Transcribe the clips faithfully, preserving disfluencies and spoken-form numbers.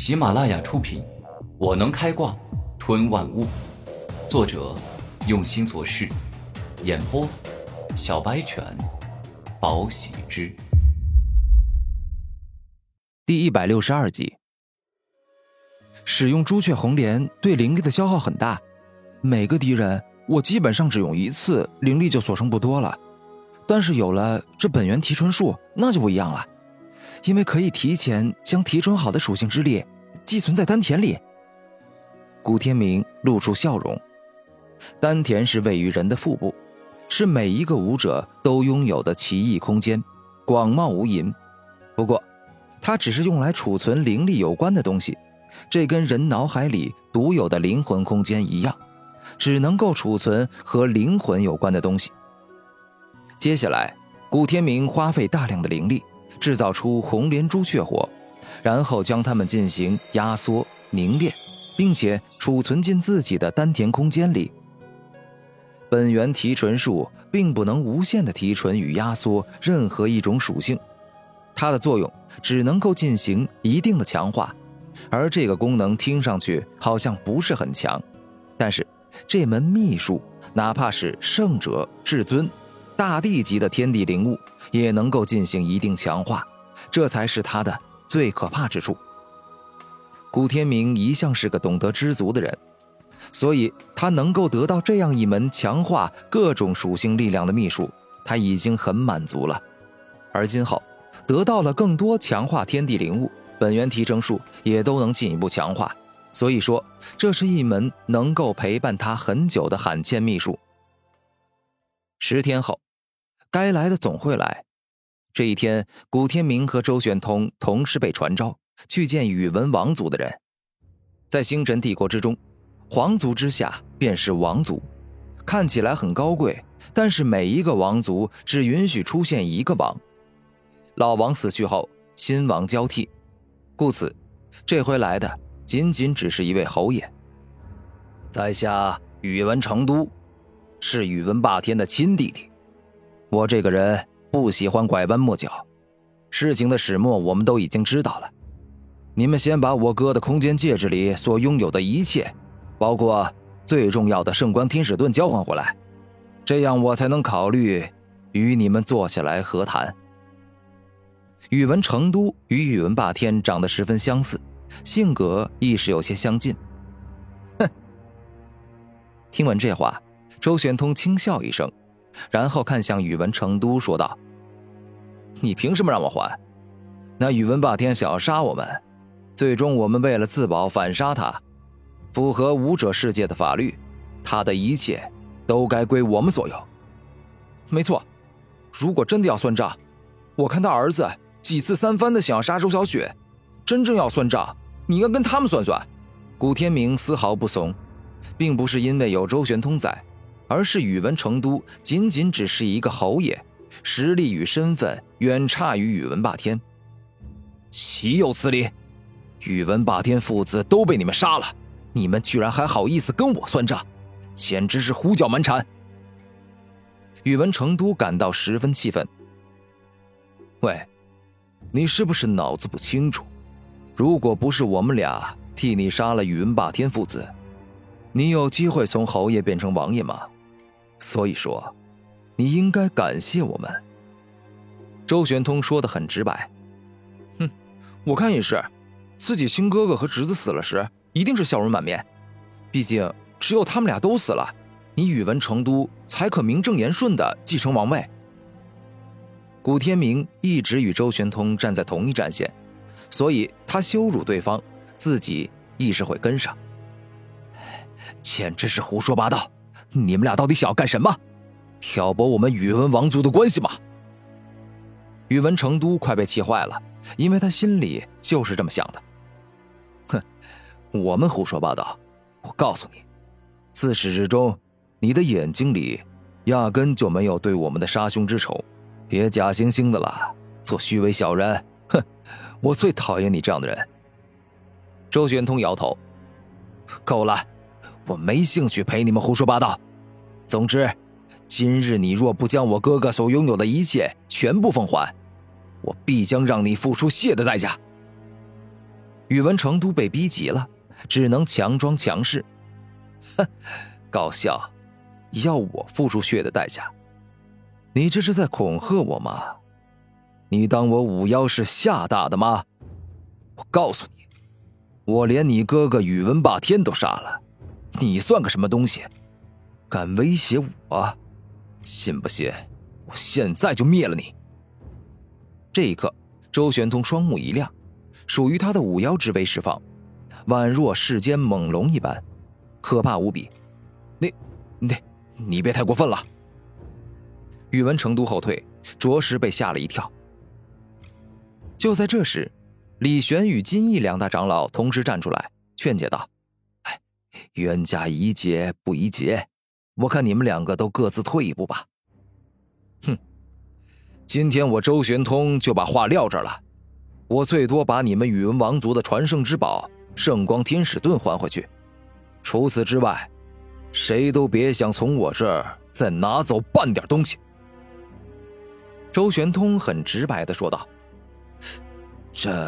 喜马拉雅出品，我能开挂吞万物。作者用心做事，演播小白犬，宝喜之。 第一百六十二集。使用朱雀红莲对灵力的消耗很大，每个敌人我基本上只用一次，灵力就所剩不多了。但是有了这本源提纯术，那就不一样了，因为可以提前将提纯好的属性之力寄存在丹田里。古天明露出笑容。丹田是位于人的腹部，是每一个武者都拥有的奇异空间，广袤无垠。不过它只是用来储存灵力有关的东西，这跟人脑海里独有的灵魂空间一样，只能够储存和灵魂有关的东西。接下来古天明花费大量的灵力制造出红莲朱雀火，然后将它们进行压缩凝练，并且储存进自己的丹田空间里。本源提纯术并不能无限的提纯与压缩任何一种属性，它的作用只能够进行一定的强化，而这个功能听上去好像不是很强，但是这门秘术哪怕是圣者、至尊、大地级的天地灵物也能够进行一定强化，这才是它的最可怕之处。古天明一向是个懂得知足的人，所以他能够得到这样一门强化各种属性力量的秘术，他已经很满足了。而今后得到了更多强化天地灵物，本源提升术也都能进一步强化，所以说这是一门能够陪伴他很久的罕见秘术。十天后，该来的总会来。这一天，古天明和周玄通同时被传召去见宇文王族的人。在星辰帝国之中，皇族之下便是王族，看起来很高贵，但是每一个王族只允许出现一个王。老王死去后，新王交替，故此这回来的仅仅只是一位侯爷。在下宇文成都，是宇文霸天的亲弟弟。我这个人不喜欢拐弯抹角，事情的始末我们都已经知道了。你们先把我哥的空间戒指里所拥有的一切，包括最重要的圣光天使盾交换回来，这样我才能考虑与你们坐下来和谈。宇文成都与宇文霸天长得十分相似，性格亦是有些相近。哼！听闻这话，周玄通轻笑一声，然后看向宇文成都说道：你凭什么让我还？那宇文霸天想要杀我们，最终我们为了自保反杀他，符合武者世界的法律，他的一切都该归我们所有。没错，如果真的要算账，我看他儿子几次三番的想要杀周小雪，真正要算账，你应该跟他们算算。古天明丝毫不怂，并不是因为有周玄通在，而是宇文成都仅仅只是一个侯爷，实力与身份远差于宇文霸天。岂有此理！宇文霸天父子都被你们杀了，你们居然还好意思跟我算账，简直是胡搅蛮缠。宇文成都感到十分气愤。喂，你是不是脑子不清楚？如果不是我们俩替你杀了宇文霸天父子，你有机会从侯爷变成王爷吗？所以说，你应该感谢我们。周玄通说得很直白。哼，我看也是，自己亲哥哥和侄子死了时，一定是笑容满面。毕竟只有他们俩都死了，你宇文成都才可名正言顺地继承王位。古天明一直与周玄通站在同一战线，所以他羞辱对方，自己亦是会跟上。简直是胡说八道！你们俩到底想要干什么？挑拨我们宇文王族的关系吗？宇文成都快被气坏了，因为他心里就是这么想的。哼，我们胡说八道？我告诉你，自始至终，你的眼睛里压根就没有对我们的杀兄之仇。别假惺惺的了，做虚伪小人。哼，我最讨厌你这样的人。周玄通摇头，够了，我没兴趣陪你们胡说八道。总之，今日你若不将我哥哥所拥有的一切全部奉还，我必将让你付出血的代价。 宇文成都被逼急了，只能强装强势。哼，高笑，要我付出血的代价？你这是在恐吓我吗？你当我五妖是吓大的吗？我告诉你，我连你哥哥宇文霸天都杀了，你算个什么东西？敢威胁我？信不信我现在就灭了你？这一刻，周玄通双目一亮，属于他的五妖之威释放，宛若世间猛龙一般，可怕无比。你你你别太过分了！宇文成都后退，着实被吓了一跳。就在这时，李玄与金毅两大长老同时站出来劝解道：哎，冤家宜解不宜结，我看你们两个都各自退一步吧。哼，今天我周玄通就把话撂这儿了，我最多把你们宇文王族的传圣之宝圣光天使盾还回去，除此之外，谁都别想从我这儿再拿走半点东西。周玄通很直白地说道。这……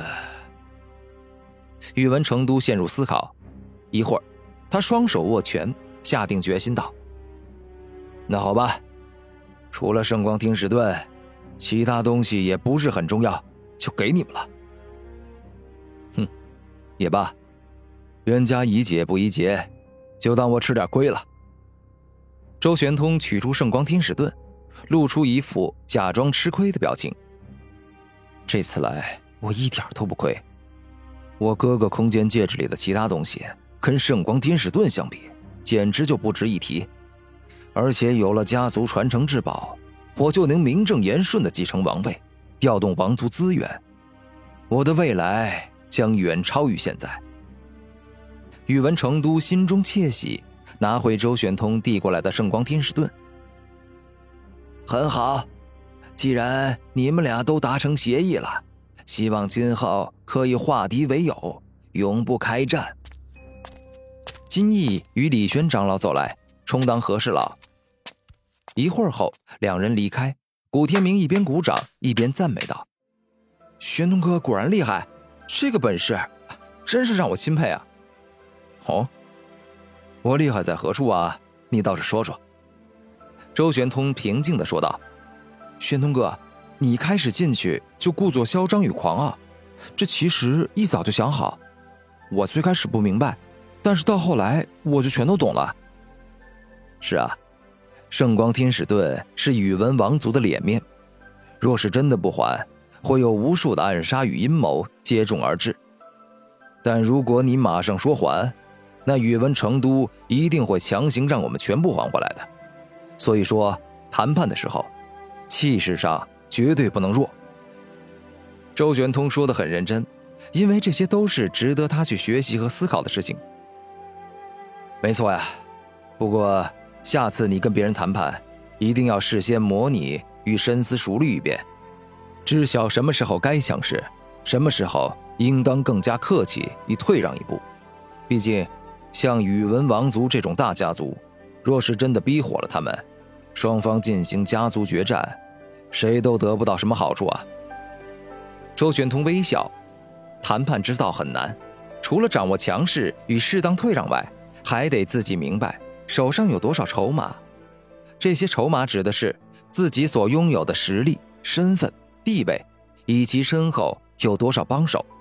宇文成都陷入思考，一会儿，他双手握拳，下定决心道：那好吧，除了圣光天使盾，其他东西也不是很重要，就给你们了。哼，也罢，冤家宜解不宜结，就当我吃点亏了。周玄通取出圣光天使盾，露出一副假装吃亏的表情。这次来我一点都不亏，我哥哥空间戒指里的其他东西跟圣光天使盾相比简直就不值一提，而且有了家族传承至宝，我就能名正言顺地继承王位，调动王族资源，我的未来将远超于现在。宇文成都心中窃喜，拿回周玄通递过来的圣光天使盾。很好，既然你们俩都达成协议了，希望今后可以化敌为友，永不开战。金毅与李轩长老走来，充当和事佬。一会儿后，两人离开。古天明一边鼓掌一边赞美道：玄通哥果然厉害，这个本事真是让我钦佩啊。哦，我厉害在何处啊？你倒是说说。周玄通平静地说道：玄通哥，你一开始进去就故作嚣张与狂傲，这其实一早就想好。我最开始不明白，但是到后来我就全都懂了。是啊，圣光天使盾是宇文王族的脸面，若是真的不还，会有无数的暗杀与阴谋接踵而至。但如果你马上说还，那宇文成都一定会强行让我们全部还回来的。所以说，谈判的时候，气势上绝对不能弱。周玄通说得很认真，因为这些都是值得他去学习和思考的事情。没错呀，不过下次你跟别人谈判，一定要事先模拟与深思熟虑一遍，知晓什么时候该强势，什么时候应当更加客气以退让一步。毕竟像宇文王族这种大家族，若是真的逼火了他们，双方进行家族决战，谁都得不到什么好处啊。周玄通微笑，谈判之道很难，除了掌握强势与适当退让外，还得自己明白手上有多少筹码。这些筹码指的是自己所拥有的实力、身份、地位，以及身后有多少帮手。